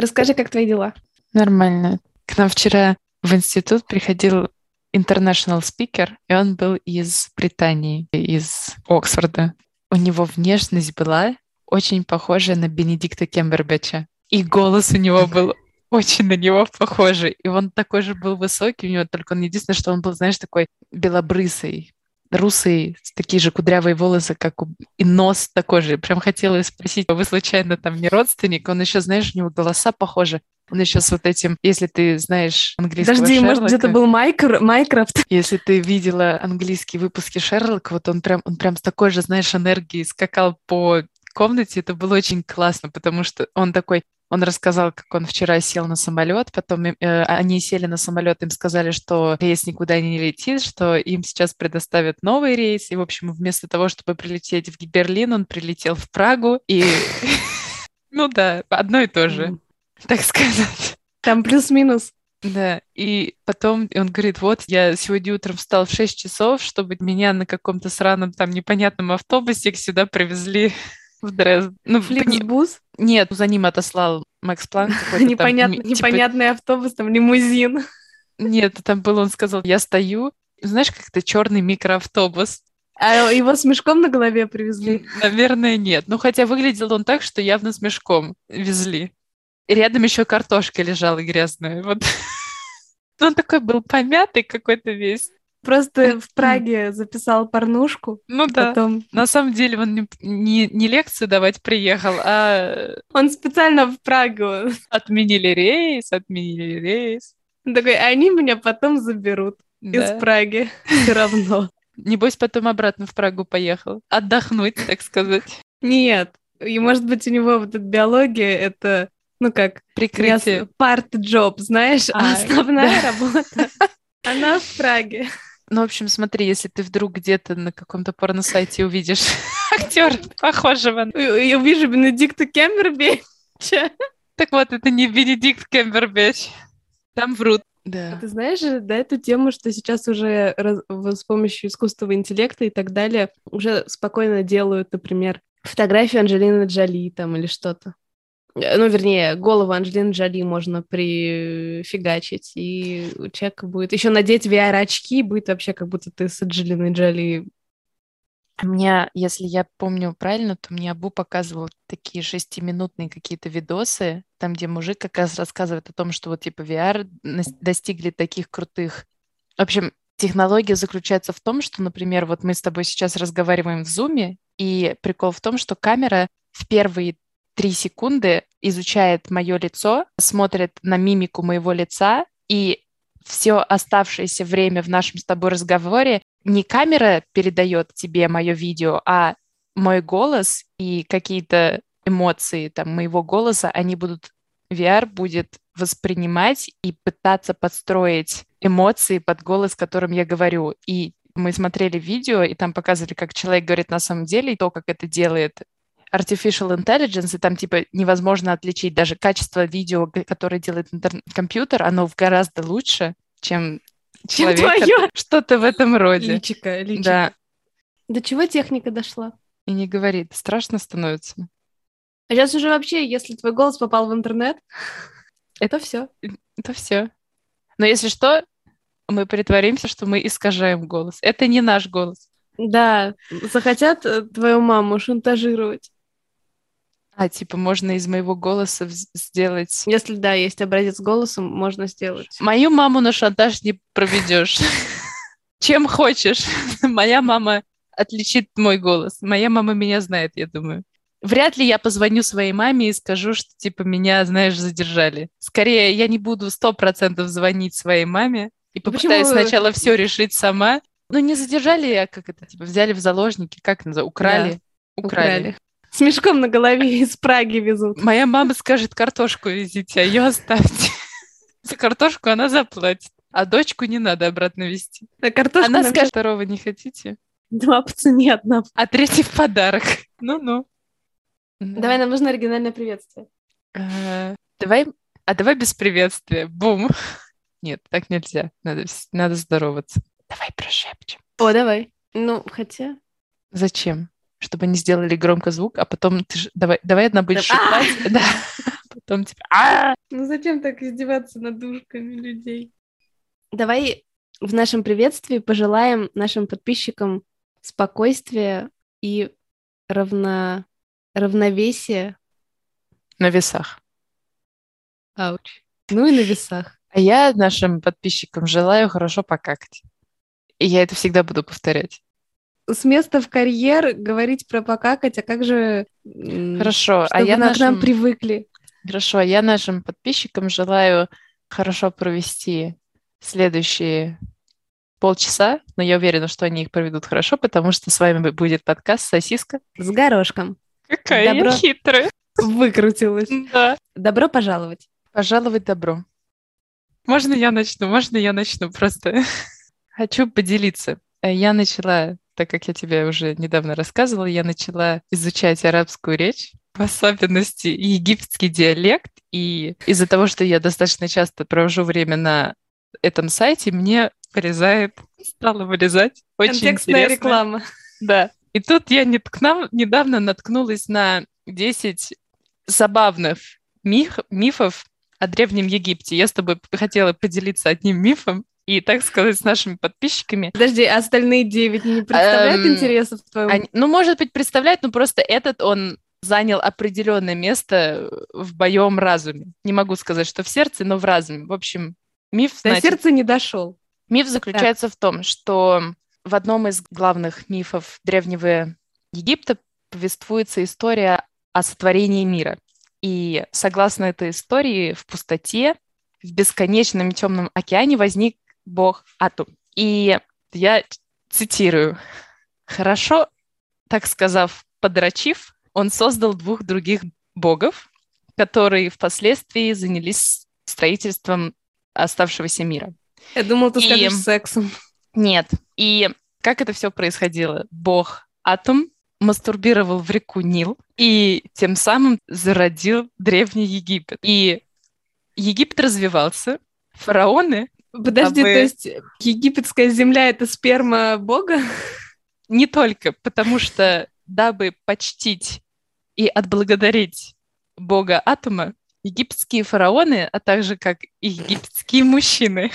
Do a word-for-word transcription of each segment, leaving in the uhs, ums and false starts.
Расскажи, как твои дела? Нормально. К нам вчера в институт приходил international speaker, и он был из Британии, из Оксфорда. У него внешность была очень похожа на Бенедикта Камбербэтча. И голос у него был очень на него похожий. И он такой же был высокий, у него только он единственное, что он был, знаешь, такой белобрысый, русый, с такие же кудрявые волосы, как у... и нос такой же. Прям хотела спросить, вы случайно там не родственник? Он еще, знаешь, у него голоса похожи. Он еще с вот этим, если ты знаешь английского Подожди, Шерлока... может, где-то был Майкр... Майкрофт? Если ты видела английские выпуски Шерлока, вот он прям, он прям с такой же, знаешь, энергией скакал по комнате. Это было очень классно, потому что он такой... Он рассказал, как он вчера сел на самолет, потом э, они сели на самолет, им сказали, что рейс никуда не летит, что им сейчас предоставят новый рейс. И, в общем, вместо того, чтобы прилететь в Берлин, он прилетел в Прагу. И, ну да, одно и то же, так сказать. Там плюс-минус. Да, и потом он говорит, вот, я сегодня утром встал в шесть часов, чтобы меня на каком-то сраном там непонятном автобусе сюда привезли в Дрезден. Ну, Фликсбус? Нет, за ним отослал Макс Планк какой-то Непонятный, там... типа... непонятный автобус, там лимузин. Нет, там был, он сказал, я стою, знаешь, как это черный микроавтобус. А его с мешком на голове привезли? Наверное, нет. Ну, хотя выглядел он так, что явно с мешком везли. И рядом еще картошка лежала грязная. Вот. Он такой был помятый какой-то весь. Просто в Праге записал порнушку. Ну да. Потом... На самом деле он не, не, не лекцию давать приехал, а... Он специально в Прагу. Отменили рейс, отменили рейс. Он такой, они меня потом заберут Да. из Праги. Все равно. Небось, потом обратно в Прагу поехал. Отдохнуть, так сказать. Нет. И, может быть, у него вот эта биология, это, ну как... Прикрытие. Парт-джоб, знаешь, а, а основная да. работа, она в Праге. Ну, в общем, смотри, если ты вдруг где-то на каком-то порно-сайте увидишь актера похожего... Я увижу Бенедикта Камбербэтча. Так вот, это не Бенедикт Камбербэтч. Там врут. Да. А ты знаешь, да, эту тему, что сейчас уже раз, с помощью искусственного интеллекта и так далее уже спокойно делают, например, фотографию Анджелины Джоли там или что-то. Ну, вернее, голову Анджелины Джоли можно прифигачить, и у человека будет еще надеть ви ар-очки, будет вообще как будто ты с Анджелиной Джоли. У меня, если я помню правильно, то мне Абу показывал такие шестиминутные какие-то видосы, там, где мужик как раз рассказывает о том, что вот типа ви ар достигли таких крутых... В общем, технология заключается в том, что, например, вот мы с тобой сейчас разговариваем в зуме, и прикол в том, что камера в первые три секунды изучает мое лицо, смотрит на мимику моего лица, и все оставшееся время в нашем с тобой разговоре не камера передает тебе мое видео, а мой голос и какие-то эмоции там, моего голоса, они будут, ви ар будет воспринимать и пытаться подстроить эмоции под голос, которым я говорю. И мы смотрели видео, и там показывали, как человек говорит на самом деле, и то, как это делает artificial intelligence, и там типа невозможно отличить даже качество видео, которое делает интер- компьютер, оно гораздо лучше, чем человек. Чем твое? Что-то в этом роде. Личико, личико. Да. До чего техника дошла? И не говорит, страшно становится. А сейчас уже вообще, если твой голос попал в интернет, это все. Это все. Но если что, мы притворимся, что мы искажаем голос. Это не наш голос. Да, захотят твою маму шантажировать. А, типа, можно из моего голоса сделать... Если, да, есть образец голосом, можно сделать. Мою маму на шантаж не проведешь. Чем хочешь. Моя мама отличит мой голос. Моя мама меня знает, я думаю. Вряд ли я позвоню своей маме и скажу, что, типа, меня, знаешь, задержали. Скорее, я не буду сто процентов звонить своей маме и попытаюсь Почему? сначала все решить сама. Ну, не задержали, а как это, типа, взяли в заложники, как это называется, украли. Да, украли. украли. С мешком на голове из Праги везут. Моя мама скажет, картошку везите, а ее оставьте. За картошку она заплатит. А дочку не надо обратно везти. А картошку она нам... скажет, второго не хотите? Два по цене, одна. А третий в подарок. Ну-ну. Давай, нам нужно оригинальное приветствие. А, давай, а давай без приветствия. Бум. Нет, так нельзя. Надо, надо здороваться. Давай прошепчем. О, давай. Ну, хотя... Зачем? Чтобы они сделали громко звук, а потом ты ж... давай, давай одна будет шептать. Да. потом типа а Ну зачем так издеваться над душками людей? Давай в нашем приветствии пожелаем нашим подписчикам спокойствия и равно... равновесия. на весах. Ауч. Ну и на весах. А я нашим подписчикам желаю хорошо покакать. И я это всегда буду повторять. С места в карьер говорить про покакать, а как же... м, Хорошо, а чтобы я на- к нам нашим... привыкли. Хорошо, а я нашим подписчикам желаю хорошо провести следующие полчаса, но я уверена, что они их проведут хорошо, потому что с вами будет подкаст «Сосиска». С горошком. Какая Добро. я хитрая. Выкрутилась. Да. Добро пожаловать. Пожаловать добро. Можно я начну? Можно я начну просто? Хочу поделиться. Я начала, так как я тебе уже недавно рассказывала, я начала изучать арабскую речь, в особенности египетский диалект. И из-за того, что я достаточно часто провожу время на этом сайте, мне вылезает, стало вылезать. Очень Контекстная интересно. реклама. Да. И тут я не- к нам недавно наткнулась на десять забавных миф- мифов о Древнем Египте. Я с тобой хотела поделиться одним мифом и, так сказать, с нашими подписчиками. Подожди, а остальные девять не представляют Эм, интереса в твоем... Они- ну, может быть, представляет, но просто этот, он занял определенное место в моем разуме. Не могу сказать, что в сердце, но в разуме. В общем, миф, До значит, сердца не дошел. миф заключается в том, что в одном из главных мифов Древнего Египта повествуется история о сотворении мира. И согласно этой истории, в пустоте, в бесконечном темном океане возник бог Атум. И я цитирую. «Хорошо, так сказав, подрочив, он создал двух других богов, которые впоследствии занялись строительством оставшегося мира». Я думала, ты И- скажешь сексом. Нет. И как это все происходило? Бог Атум мастурбировал в реку Нил и тем самым зародил Древний Египет. И Египет развивался, фараоны Подожди, А вы- то есть египетская земля — это сперма бога? не только, потому что, дабы почтить и отблагодарить бога Атума, египетские фараоны, а также как и египетские мужчины,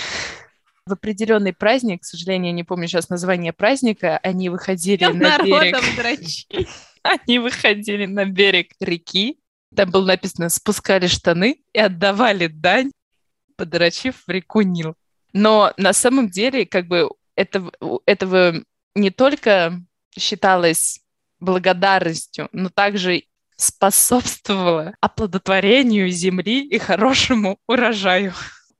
в определенный праздник, к сожалению, я не помню сейчас название праздника, они выходили Всем на берег. народом дрочи. Они выходили на берег реки, там было написано «спускали штаны и отдавали дань, подрочив в реку Нил». Но на самом деле, как бы, это, этого не только считалось благодарностью, но также способствовало оплодотворению земли и хорошему урожаю.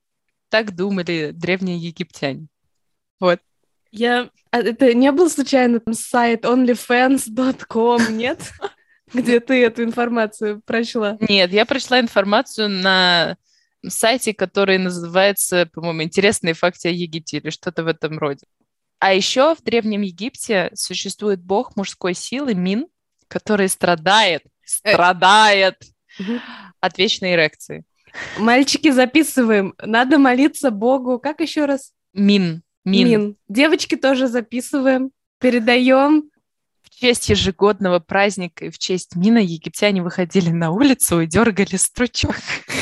Так думали древние египтяне. Вот. Я... А это не был случайно там сайт онли фэнс точка ком, нет? Где ты эту информацию прочла? Нет, я прочла информацию на сайте, который называется, по-моему, «Интересные факты о Египте» или что-то в этом роде. А еще в Древнем Египте существует бог мужской силы Мин, который страдает, страдает Мгм. от вечной эрекции. Мальчики, записываем. Надо молиться Богу. Как еще раз? Мин. Мин. Мин. Девочки тоже записываем. Передаем. В честь ежегодного праздника и в честь Мина египтяне выходили на улицу и дергали стручок,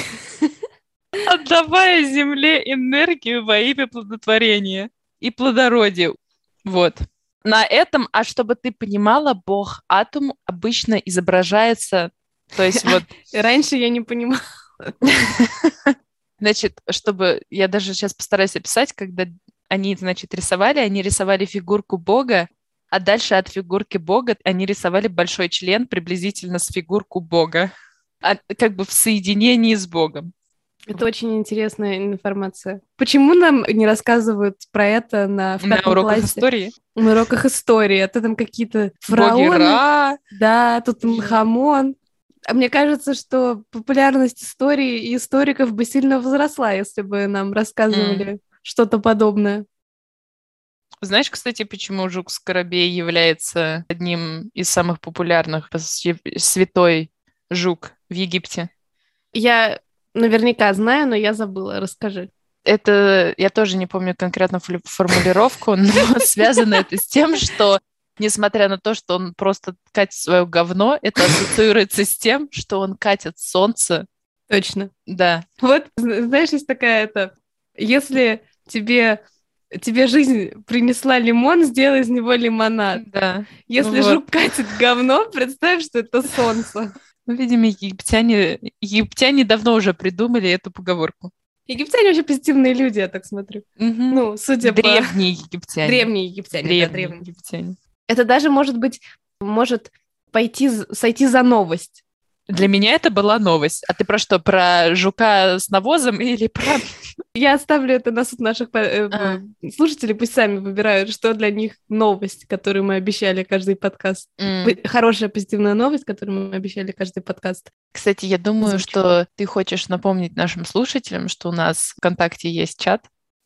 отдавая земле энергию во имя плодотворения и плодородия. Вот. На этом, а чтобы ты понимала, бог Атум обычно изображается, то есть вот, Раньше я не понимала. значит, чтобы, я даже сейчас постараюсь описать, когда они, значит, рисовали, они рисовали фигурку бога, а дальше от фигурки бога они рисовали большой член приблизительно с фигурку бога, а, как бы в соединении с богом. Это очень интересная информация. Почему нам не рассказывают про это на, в На пятом уроках классе? истории. На уроках истории. Это там какие-то Боги фараоны. Ра. Да, тут Хамон. А мне кажется, что популярность истории и историков бы сильно возросла, если бы нам рассказывали что-то подобное. Знаешь, кстати, почему Жук Скоробей является одним из самых популярных святой жук в Египте? Я наверняка знаю, но я забыла. Расскажи. Это, я тоже не помню конкретно флю- формулировку, но связано это с тем, что, несмотря на то, что он просто катит свое говно, это ассоциируется с тем, что он катит солнце Точно. Да. Вот, знаешь, есть такая это... Если тебе, тебе жизнь принесла лимон, сделай из него лимонад. Да. Если Вот. жук катит говно, представь, что это солнце. Ну, видимо, египтяне, египтяне давно уже придумали эту поговорку. Египтяне вообще позитивные люди, я так смотрю. Мгм. Ну, судя Древние по... египтяне. Древние египтяне, да, Древние древние. египтяне. Это даже может быть, может пойти, з- сойти за новость. Для меня это была новость. А ты про что? Про жука с навозом или про... Я оставлю это на суд наших э, А. слушателей, пусть сами выбирают, что для них новость, которую мы обещали каждый подкаст. М. П- Хорошая позитивная новость, которую мы обещали каждый подкаст. Кстати, я думаю, Озвучу. что ты хочешь напомнить нашим слушателям, что у нас ВКонтакте есть чат,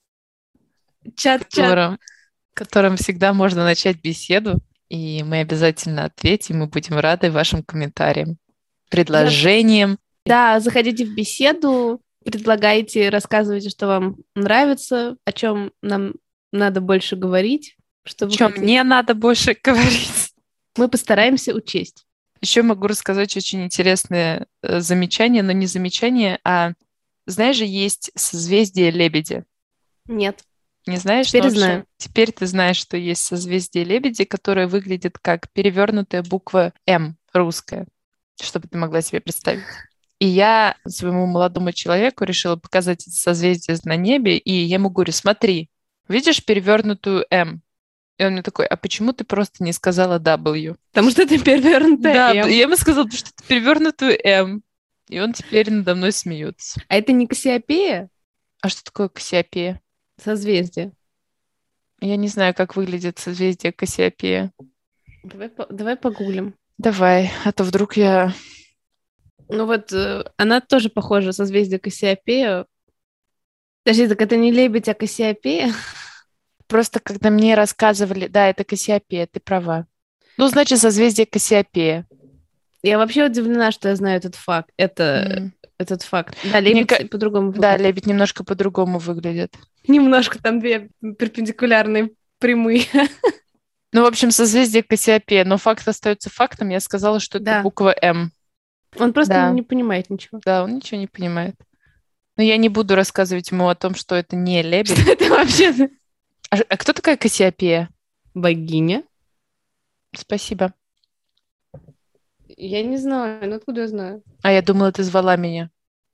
в Чат-чат. котором, в котором всегда можно начать беседу, и мы обязательно ответим, и будем рады вашим комментариям, предложениям. Да, заходите в беседу, предлагайте, рассказывайте, что вам нравится, о чем нам надо больше говорить, что О вы чем хотите. мне надо больше говорить. Мы постараемся учесть. Еще могу рассказать очень интересное э, замечание, но не замечание, а знаешь же, есть созвездие Лебедя. Нет. Не знаешь? Теперь Ну, в общем, знаю. Теперь ты знаешь, что есть созвездие Лебеди, которое выглядит как перевернутая буква М русская, чтобы ты могла себе представить. И я своему молодому человеку решила показать это созвездие на небе, и я ему говорю: смотри, видишь перевернутую М? И он мне такой: а почему ты просто не сказала W? Потому что это перевернутая Да, М. я ему сказала, потому что это перевернутую М. И он теперь надо мной смеется. А это не Кассиопея? А что такое Кассиопея? Созвездие. Я не знаю, как выглядит созвездие Кассиопея. Давай, по- давай погуглим. Давай, а то вдруг я... Ну вот, э, она тоже похожа, созвездие Кассиопея. Подожди, так это не лебедь, а Кассиопея? Просто когда мне рассказывали... Да, это Кассиопея, ты права. Ну, значит, созвездие Кассиопея. Я вообще удивлена, что я знаю этот факт. Это, М. этот факт. Да, Мне лебедь ка- по-другому Да, выглядит. лебедь немножко по-другому выглядит. Немножко там две перпендикулярные прямые. Ну, в общем, созвездие Кассиопея. Но факт остается фактом. Я сказала, что это Да. буква М. Он просто Да. не понимает ничего. Да, он ничего не понимает. Но я не буду рассказывать ему о том, что это не лебедь. Что это вообще за А, а кто такая Кассиопея? богиня? Спасибо. Я не знаю, ну откуда я знаю? А я думала, ты звала меня.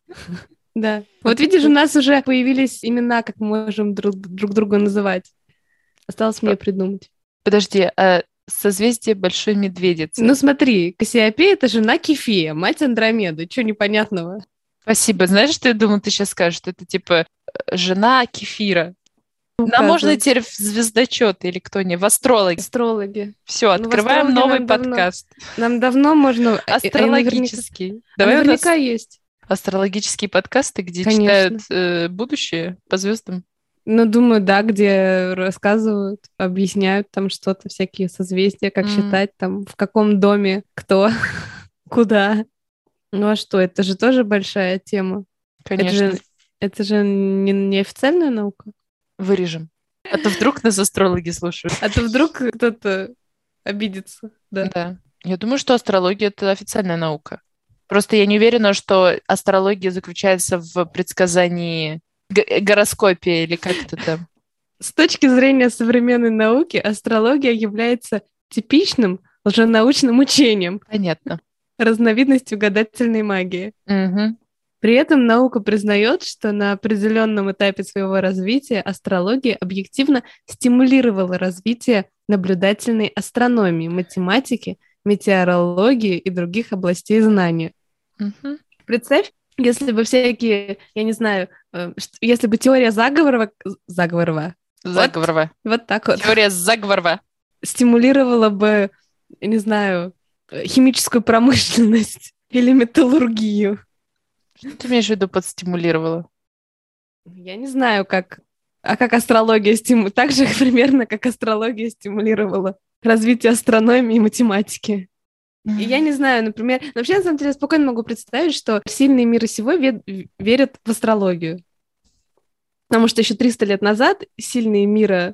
Да. Вот видишь, у нас уже появились имена, как мы можем друг, друг друга называть. Осталось мне придумать. Подожди, а созвездие Большой Медведицы? Ну смотри, Кассиопея — это жена Кефея, мать Андромеды. Чего непонятного? Спасибо. Знаешь, что я думала, ты сейчас скажешь? Что это типа э, жена Кефира. Нам Указывает. можно теперь в звездочет или кто-нибудь, в астрологи. Астрологи. Все, Ну, в открываем астрологи новый нам давно- подкаст. Нам давно можно... а- а наверняка- Астрологический. а Давай у нас наверняка есть. астрологические подкасты, где Конечно. читают э, будущее по звездам. Ну, думаю, да, где рассказывают, объясняют там что-то, всякие созвездия, как М. считать, там, в каком доме кто, куда. Ну, а что, это же тоже большая тема. Конечно. Это же, это же не, не официальная наука. Вырежем. А то вдруг нас астрологи слушают. А то вдруг кто-то обидится. Да. Да. Я думаю, что астрология — это официальная наука. Просто я не уверена, что астрология заключается в предсказании г- гороскопе или как это там. С точки зрения современной науки, астрология является типичным лженаучным учением, Понятно. разновидностью гадательной магии. Мгм. При этом наука признает, что на определенном этапе своего развития астрология объективно стимулировала развитие наблюдательной астрономии, математики, метеорологии и других областей знания. Мгм. Представь, если бы всякие, я не знаю, э, ш- если бы теория заговора, заговора, Заговорова. вот так вот, Теория заговорова. стимулировала бы, я не знаю, э, химическую промышленность или металлургию. Что ты имеешь в виду под стимулировала? Я не знаю, как... А как астрология стимулировала? Так же примерно, как астрология стимулировала развитие астрономии и математики. И я не знаю, например... но Вообще, на самом деле, я спокойно могу представить, что сильные мира сего ве- верят в астрологию. Потому что еще триста лет назад сильные мира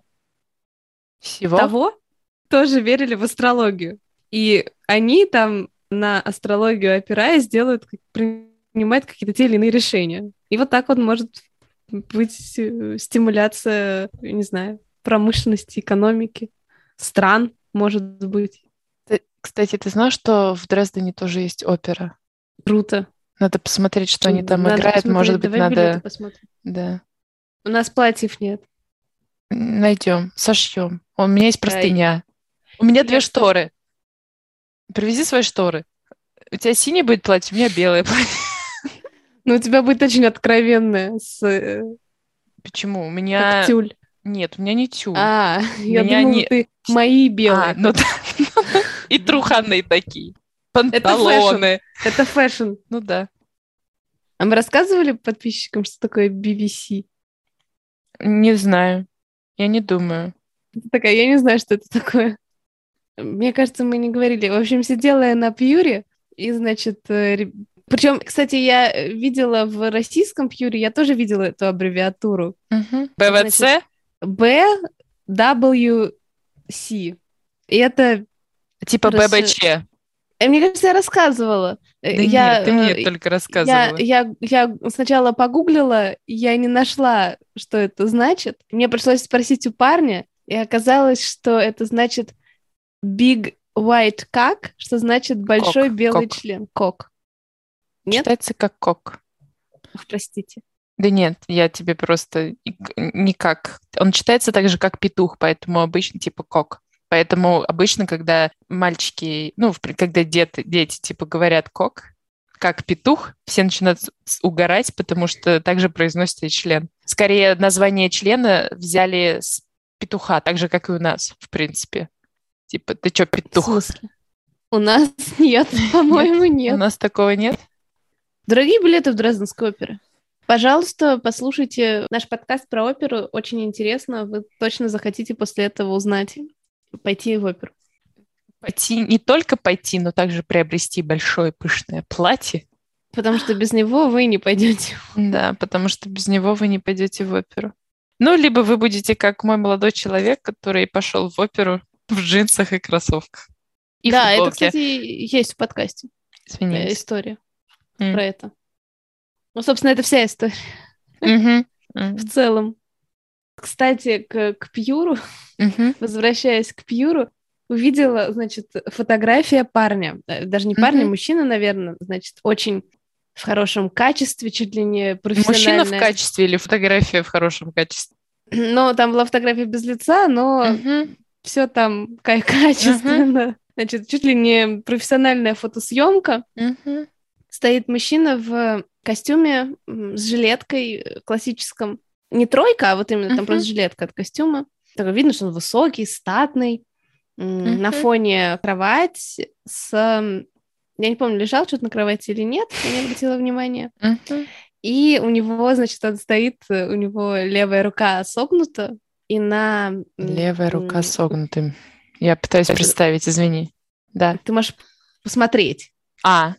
Всего? того тоже верили в астрологию. И они там на астрологию опираясь делают как принимает какие-то те или иные решения. И вот так вот может быть э, стимуляция, я не знаю, промышленности, экономики, стран, может быть. Ты- Кстати, ты знал, что в Дрездене тоже есть опера? Круто. Надо посмотреть, что они там Надо играют. посмотреть, Может быть, давай билеты надо... посмотрим. Да. У нас платьев нет. Найдем, сошьем. У меня есть Да, и- простыня. У меня я, две кстати, шторы. Привези свои шторы. У тебя синее будет платье, у меня белое платье. Ну, у тебя будет очень откровенное с э, Почему? У как меня... тюль. Нет, у меня не тюль. А, У я меня думала, не... ты мои А, белые ну да. хочешь. И труханные такие. Это фэшн. Панталоны. Это фэшн. Ну да. А мы рассказывали подписчикам, что такое би би си? Не знаю. Я не думаю. Это такая, я не знаю, что это такое. Мне кажется, мы не говорили. В общем, сидела я на Пьюре, и, значит, причем, кстати, я э, видела в российском Пьюре, я тоже видела эту аббревиатуру. Мгм. бэ вэ цэ? би дабл ю си. И это... Типа расш- бэ бэ че? Э, Мне кажется, я рассказывала. Э, Да я, нет, ты мне э, только я, рассказывала. я, я сначала погуглила, я не нашла, что это значит. Мне пришлось спросить у парня, и оказалось, что это значит big white cock, что значит большой Кок, белый кок. член. Кок. Нет? Читается как кок. Ох, простите. Да нет, я тебе просто и- никак. Он читается так же, как петух, поэтому обычно типа кок. Поэтому обычно, когда мальчики, ну, в при- когда дети, дети типа говорят кок, как петух, все начинают с- с- угорать, потому что также произносится и член. Скорее, название члена взяли с петуха, так же, как и у нас, в принципе. Типа, ты чё, В петух? смысле? У нас нет, по-моему, У нет. нас такого нет? Дорогие билеты в Дрезденской оперы. Пожалуйста, послушайте наш подкаст про оперу. Очень интересно. Вы точно захотите после этого узнать, пойти в оперу. Пойти, не только пойти, но также приобрести большое пышное платье. Потому что без него вы не пойдете. Да, потому что без него вы не пойдете в оперу. Ну, либо вы будете как мой молодой человек, который пошел в оперу в джинсах и кроссовках. И Да, это, футболке. кстати, есть в подкасте. э, Извините. История М. про это. Ну, собственно, это вся история Мгм. в М. целом. Кстати, к, к Пьюру, Мгм. возвращаясь к Пьюру, увидела, значит, фотография парня. Э, Даже не парня, Мгм. мужчина, наверное, значит, очень в хорошем качестве, чуть ли не Мужчина в профессиональная. качестве или фотография в хорошем качестве? Но там была фотография без лица, но Мгм. все там ка- качественно. Значит, чуть ли не профессиональная фотосъемка. Мгм. Стоит мужчина в костюме м, с жилеткой э, классическом. Не тройка, а вот именно там Мгм. просто жилетка от костюма. Так видно, что он высокий, статный. М, На Мгм. фоне кровать с... м, Я не помню, лежал что-то на кровати или нет, я не обратила внимания. Мгм. И у него, значит, он стоит, э, у него левая рука согнута, и на... м, Левая рука м, согнутым. Я пытаюсь Это- представить, извини. Да. Ты можешь посмотреть. А,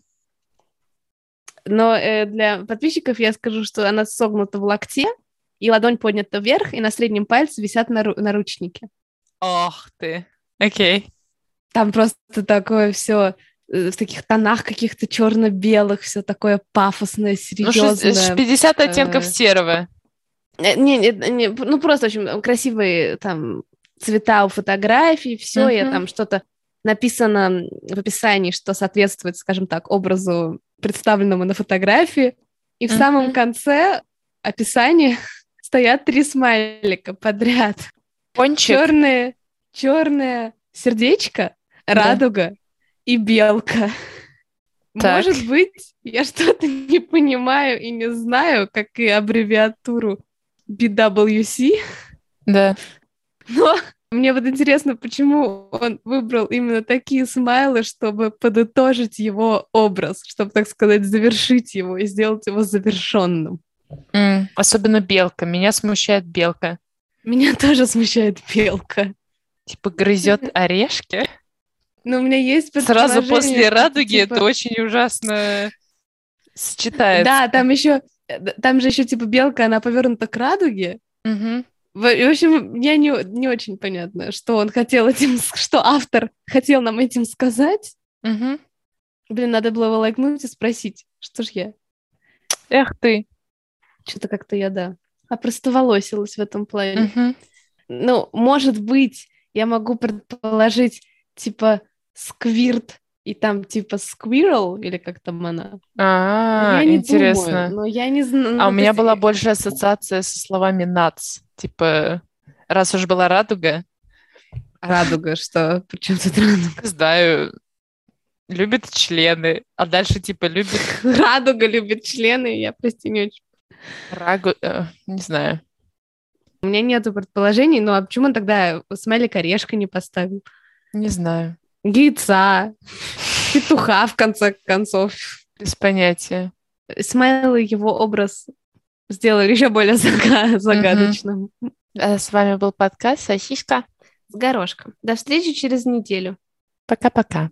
Но э, для подписчиков я скажу, что она согнута в локте, и ладонь поднята вверх, и на среднем пальце висят нару- наручники. ох ты. Окей. Там просто такое все в таких тонах каких-то черно-белых, все такое пафосное, Ну, шесть- серьезное. пятьдесят оттенков э, серого. Э, Не, не, не, ну просто очень красивые там цвета у фотографий, все, я Мгм. там что-то написано в описании, что соответствует, скажем так, образу, представленному на фотографии. И в самом Мгм. конце описания стоят три смайлика подряд. Пончик. Черное, черное сердечко, Да. радуга и белка. Так. Может быть, я что-то не понимаю и не знаю, как и аббревиатуру би дабл ю си, Да. но мне вот интересно, почему он выбрал именно такие смайлы, чтобы подытожить его образ, чтобы, так сказать, завершить его и сделать его завершенным. М, Особенно белка. Меня смущает белка. Меня тоже смущает белка. Типа грызет орешки. Но у меня есть Сразу предположение, после что это радуги типа- это очень ужасно сочетается. Да, там еще, там же еще типа белка, она повернута к радуге. Мгм. В, в общем, мне не, не очень понятно, что он хотел этим, с- что автор хотел нам этим сказать. Мгм. Блин, надо было его лайкнуть и спросить, что ж я. Эх ты. Что-то как-то я, да, опростоволосилась в этом плане. Мгм. Ну, может быть, я могу предположить, типа, сквирт, и там, типа, squirrel, или как там она. Но А, я не думаю, интересно. но я не знаю, А у ну, то меня есть, была э, больше ассоциация со словами nuts. Типа, раз уж была радуга, радуга, что, причем тут радуга? не знаю, любит члены, а дальше типа любит Радуга любит члены, я, прости, не очень. рагу, э, не знаю. У меня нету предположений, ну а почему он тогда смайлик орешка не поставил? Не знаю. Яйца, петуха, в конце концов. Без понятия. Смайлы его образ сделали еще более зага- Мгм. загадочным. А с вами был подкаст «Сосиска». С горошком. До встречи через неделю. Пока-пока.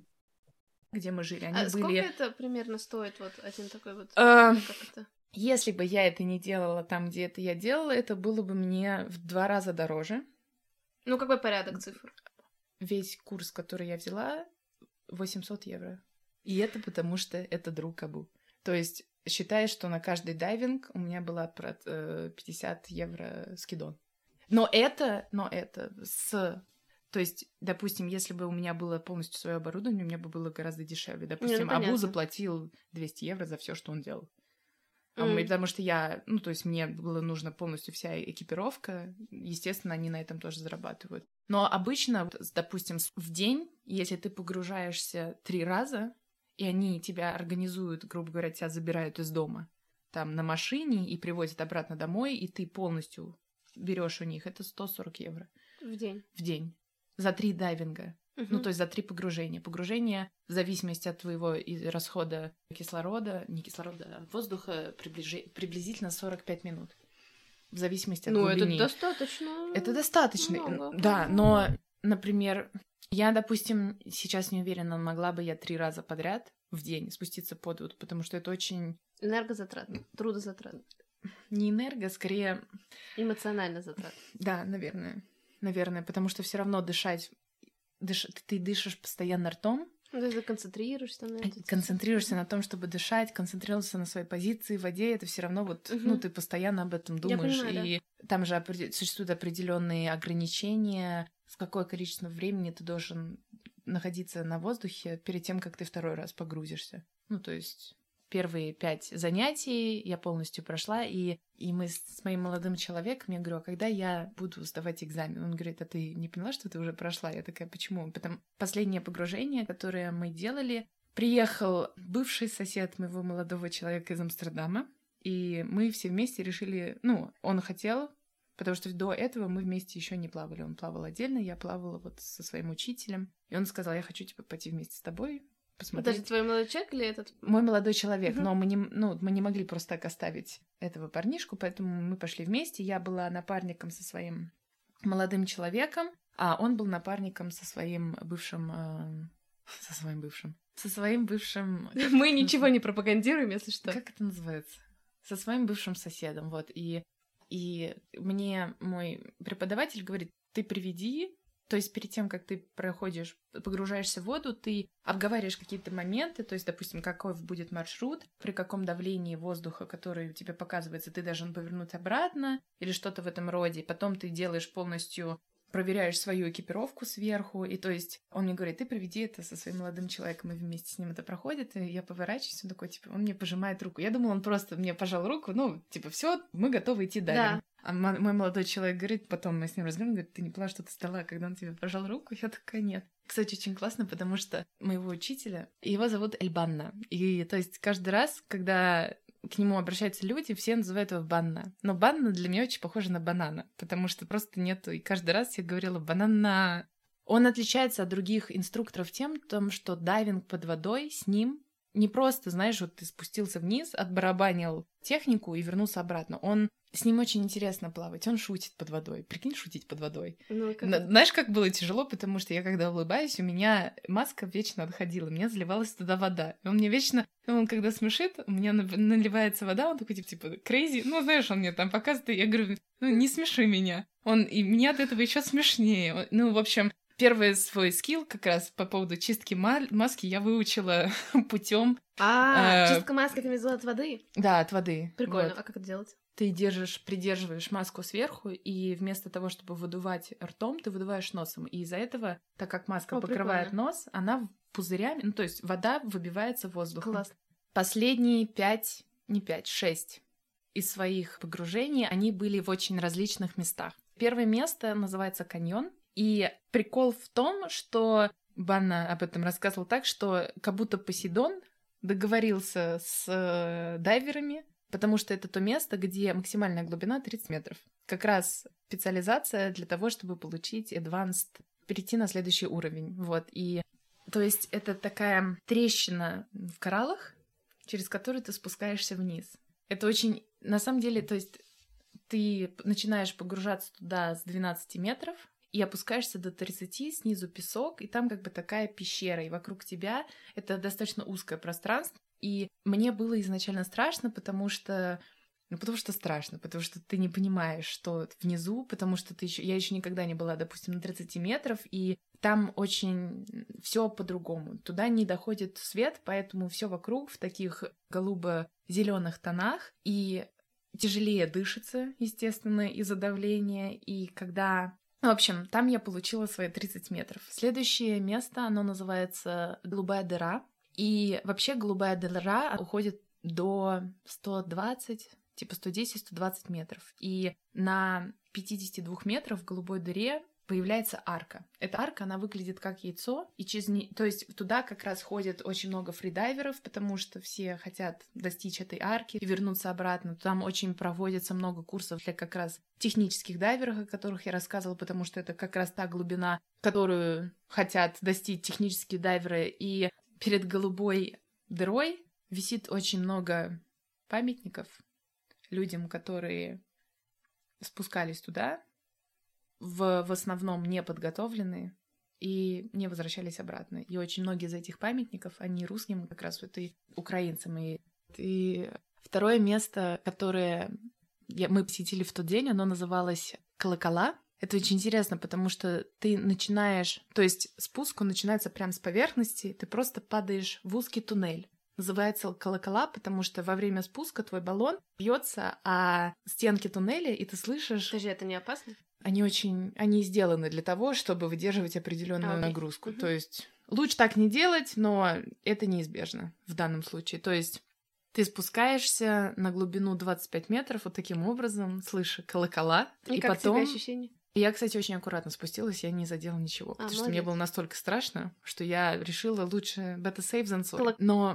Где мы жили, они А сколько были... это примерно стоит, вот один такой вот? А, ну, как это? Если бы я это не делала там, где это я делала, это было бы мне в два раза дороже. Ну, какой порядок цифр? Весь курс, который я взяла, восемьсот евро. И это потому, что это друг Абу. То есть считай, что на каждый дайвинг у меня была про- э, пятьдесят евро скидон. Но это, но это с... То есть, допустим, если бы у меня было полностью свое оборудование, у меня бы было гораздо дешевле. Допустим, понятно. Абу заплатил двести евро за все, что он делал. А М. мы- потому что я, ну, то есть мне было нужно полностью вся экипировка, естественно, они на этом тоже зарабатывают. Но обычно, вот, с- допустим, с- в день, если ты погружаешься три раза, и они тебя организуют, грубо говоря, тебя забирают из дома, там, на машине и привозят обратно домой, и ты полностью берешь у них, это сто сорок евро В день. в день за три дайвинга. Ну, то есть за три погружения. Погружение, в зависимости от твоего и- расхода кислорода, не кислорода, а воздуха, приближи- приблизительно сорок пять минут. В зависимости от Ну, это глубины. достаточно. Это достаточно. много. Да, но, например, я, допустим, сейчас не уверена, могла бы я три раза подряд в день спуститься под воду, потому что это очень Энергозатратно, трудозатратно, не энерго, скорее, эмоционально затратно. да, наверное, наверное, потому что все равно дышать, дыш- ты дышишь постоянно ртом, Ну, то есть ты концентрируешься на этом. концентрируешься на том, чтобы дышать, концентрируешься на своей позиции в воде, это все равно вот, Мгм. ну, ты постоянно об этом думаешь, понимаю, и там же опре- существуют определенные ограничения, в какое количество времени ты должен находиться на воздухе перед тем, как ты второй раз погрузишься. Ну, то есть первые пять занятий я полностью прошла, и, и мы с, с моим молодым человеком, я говорю, а когда я буду сдавать экзамен? Он говорит, а ты не поняла, что ты уже прошла? Я такая, почему? Потому последнее погружение, которое мы делали, приехал бывший сосед моего молодого человека из Амстердама, и мы все вместе решили, ну, он хотел, потому что до этого мы вместе еще не плавали. Он плавал отдельно, я плавала вот со своим учителем, и он сказал, я хочу типа пойти вместе с тобой, посмотреть. Даже твой молодой человек или этот? Мой молодой человек, Мгм. но мы не, ну, мы не могли просто так оставить этого парнишку, поэтому мы пошли вместе. Я была напарником со своим молодым человеком, а он был напарником со своим бывшим... э, со своим бывшим... Со своим бывшим... Мы ничего не пропагандируем, если что. Как это называется? Со своим бывшим соседом, вот. И, и мне мой преподаватель говорит, ты приведи... То есть перед тем, как ты проходишь, погружаешься в воду, ты обговариваешь какие-то моменты, то есть, допустим, какой будет маршрут, при каком давлении воздуха, который тебе показывается, ты должен повернуть обратно или что-то в этом роде. Потом ты делаешь полностью, проверяешь свою экипировку сверху, и то есть он мне говорит, ты проведи это со своим молодым человеком, и вместе с ним это проходит, и я поворачиваюсь, он такой, типа, он мне пожимает руку. Я думала, он просто мне пожал руку, ну, типа, все, мы готовы идти дальше. Да. А мо- мой молодой человек говорит, потом мы с ним разговариваем, говорит, ты не поняла, что ты стала, когда он тебе пожал руку? Я такая, нет. Кстати, очень классно, потому что моего учителя, его зовут Эльбанна. И то есть каждый раз, когда к нему обращаются люди, все называют его Банна. Но Банна для меня очень похожа на банана, потому что просто нету... И каждый раз я говорила «банана». Он отличается от других инструкторов тем, том, что дайвинг под водой с ним не просто, знаешь, вот ты спустился вниз, отбарабанил технику и вернулся обратно. Он... С ним очень интересно плавать, он шутит под водой. Прикинь, шутить под водой. Ну, как На- это? Знаешь, как было тяжело, потому что я когда улыбаюсь, у меня маска вечно отходила, у меня заливалась туда вода. И он мне вечно, он когда смешит, у меня нав- наливается вода, он такой типа, типа crazy, ну знаешь, он мне там показывает, и я говорю, ну не смеши меня. Он, и мне от этого еще смешнее. Он- Ну, в общем, Первый свой скилл как раз по поводу чистки ма- маски я выучила путем. А, э, чистка маски, ты имеешь в виду от воды? Да, от воды. Прикольно. Вот. А как это делать? Ты держишь, придерживаешь маску сверху, и вместо того, чтобы выдувать ртом, ты выдуваешь носом. И из-за этого, так как маска О, покрывает прикольно. нос, она пузырями, ну то есть вода выбивается воздухом. Класс. Последние пять, не пять, шесть из своих погружений, они были в очень различных местах. Первое место называется каньон, и прикол в том, что Банна об этом рассказывал так, что как будто Посейдон договорился с э, дайверами, потому что это то место, где максимальная глубина тридцать метров. Как раз специализация для того, чтобы получить advanced, перейти на следующий уровень. Вот, и то есть это такая трещина в кораллах, через которую ты спускаешься вниз. Это очень, на самом деле, то есть ты начинаешь погружаться туда с двенадцати метров и опускаешься до тридцати, снизу песок, и там как бы такая пещера, и вокруг тебя это достаточно узкое пространство. И мне было изначально страшно, потому что... Ну, потому что страшно, потому что ты не понимаешь, что внизу, потому что ты еще... Я еще никогда не была, допустим, на тридцати метров, и там очень все по-другому. Туда не доходит свет, поэтому все вокруг в таких голубо-зеленых тонах, и тяжелее дышится, естественно, из-за давления. И когда... В общем, там я получила свои тридцать метров. Следующее место, оно называется «Голубая дыра». И вообще голубая дыра уходит до ста двадцати, типа сто десять - сто двадцать метров. И на пятидесяти двух метрах в голубой дыре появляется арка. Эта арка, она выглядит как яйцо, и через не... то есть туда как раз ходит очень много фридайверов, потому что все хотят достичь этой арки и вернуться обратно. Там очень проводится много курсов для как раз технических дайверов, о которых я рассказывала, потому что это как раз та глубина, которую хотят достичь технические дайверы. И перед голубой дырой висит очень много памятников людям, которые спускались туда, в, в основном неподготовленные, и не возвращались обратно. И очень многие из этих памятников, они русским, как раз вот и украинцам. И, и второе место, которое я, мы посетили в тот день, оно называлось «Колокола». Это очень интересно, потому что ты начинаешь... То есть спуск, он начинается прямо с поверхности, ты просто падаешь в узкий туннель. Называется «Колокола», потому что во время спуска твой баллон бьется о стенки туннеля, и ты слышишь... Подожди, это не опасно? Они очень... Они сделаны для того, чтобы выдерживать определенную а, нагрузку. Угу. То есть лучше так не делать, но это неизбежно в данном случае. То есть ты спускаешься на глубину двадцать пять метров вот таким образом, слыша колокола, и, и как потом... тебе ощущения? Я, кстати, очень аккуратно спустилась, я не задела ничего, А, потому молодец. что мне было настолько страшно, что я решила лучше better safe than sorry. Колок... Но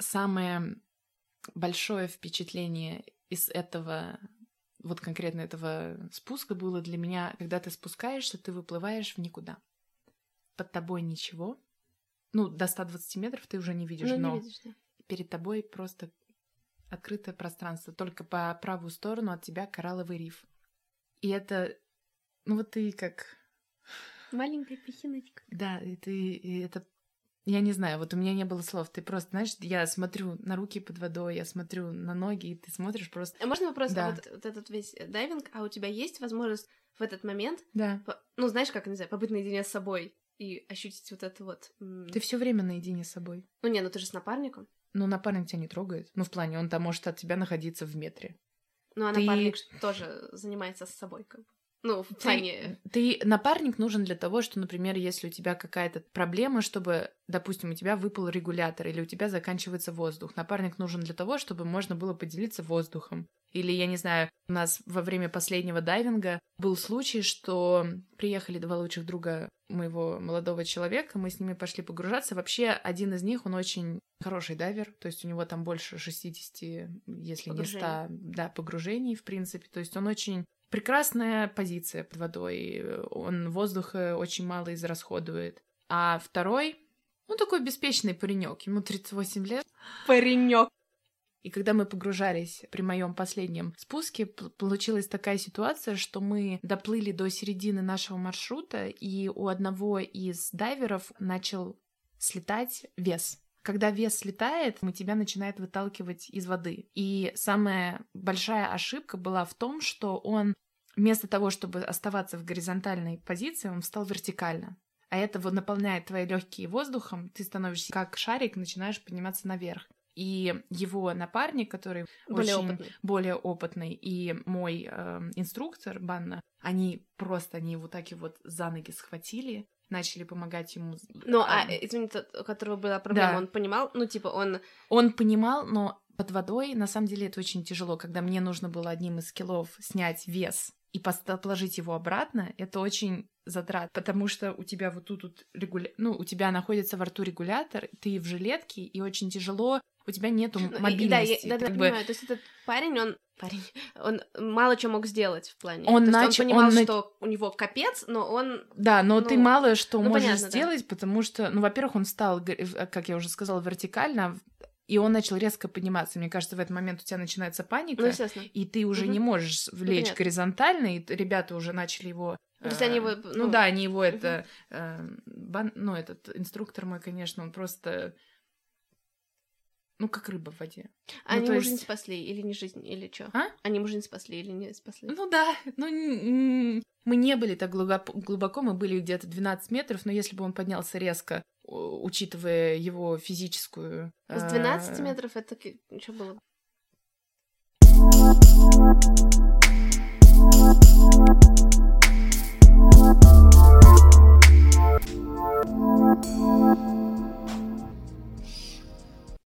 самое большое впечатление из этого, вот конкретно этого спуска было для меня, когда ты спускаешься, ты выплываешь в никуда. Под тобой ничего. Ну, до ста двадцати метров ты уже не видишь ну, дно. Не видишь, да. Перед тобой просто открытое пространство. Только по правую сторону от тебя коралловый риф. И это... Ну, вот ты как... Маленькая песчиночка. Да, и ты... И это... Я не знаю, вот у меня не было слов. Ты просто, знаешь, я смотрю на руки под водой, я смотрю на ноги, и ты смотришь просто... А можно вопрос? Да. А вот, вот этот весь дайвинг, а у тебя есть возможность в этот момент, Да. по... ну, знаешь, как, не знаю, побыть наедине с собой и ощутить вот это вот... М... Ты все время наедине с собой. Ну, не, ну ты же с напарником. Ну, напарник тебя не трогает. Ну, в плане, он там может от тебя находиться в метре. Ну, а Ты- напарник тоже занимается с собой, как бы. Ну, в плане... Ты, ты напарник нужен для того, что, например, если у тебя какая-то проблема, чтобы, допустим, у тебя выпал регулятор или у тебя заканчивается воздух. Напарник нужен для того, чтобы можно было поделиться воздухом. Или, я не знаю, у нас во время последнего дайвинга был случай, что приехали два лучших друга моего молодого человека, мы с ними пошли погружаться. Вообще, один из них, он очень хороший дайвер, то есть у него там больше шестидесяти, если не ста, да, погружений, в принципе. То есть он очень... Прекрасная позиция под водой, он воздуха очень мало израсходует. А второй, ну, такой беспечный паренек, ему тридцать восемь лет. Паренек. И когда мы погружались при моем последнем спуске, получилась такая ситуация, что мы доплыли до середины нашего маршрута, и у одного из дайверов начал слетать вес. Когда вес слетает, тебя начинает выталкивать из воды. И самая большая ошибка была в том, что он вместо того, чтобы оставаться в горизонтальной позиции, он встал вертикально. а это вот наполняет твои легкие воздухом, ты становишься как шарик, начинаешь подниматься наверх. И его напарник, который более очень опытный. более опытный, и мой э, инструктор Банна, они просто, они его так и вот за ноги схватили, начали помогать ему. Ну, а, извини, тот, у которого была проблема, Да. он понимал? Ну, типа, он... Он понимал, но под водой, на самом деле, это очень тяжело. Когда мне нужно было одним из скиллов снять вес и положить его обратно, это очень затрат, потому что у тебя вот тут, тут регуля... ну, у тебя находится во рту регулятор, ты в жилетке, и очень тяжело, у тебя нету мобильности. Да, я, да, да, бы... понимаю. То есть этот парень, он парень, он мало что мог сделать в плане. Он, То нач... есть он понимал, он что у него капец, но он... Да, но ну, ты мало что ну, можешь понятно, сделать, да. Потому что, ну, во-первых, он встал, как я уже сказала, вертикально, и он начал резко подниматься. Мне кажется, в этот момент у тебя начинается паника, ну, естественно. И ты уже угу. не можешь влечь ну, горизонтально, и ребята уже начали его... То есть они его... Ну, ну да, они его, это... Угу. Э, бан... Ну, этот инструктор мой, конечно, он просто... Ну, как рыба в воде. Они ну, ему есть... жизнь спасли, или не жизнь, или что? А? Они ему жизнь спасли, или не спасли? Ну да, ну мы не были так глубоко, глубоко, мы были где-то двенадцать метров, но если бы он поднялся резко, учитывая его физическую... С двенадцати метров это что было?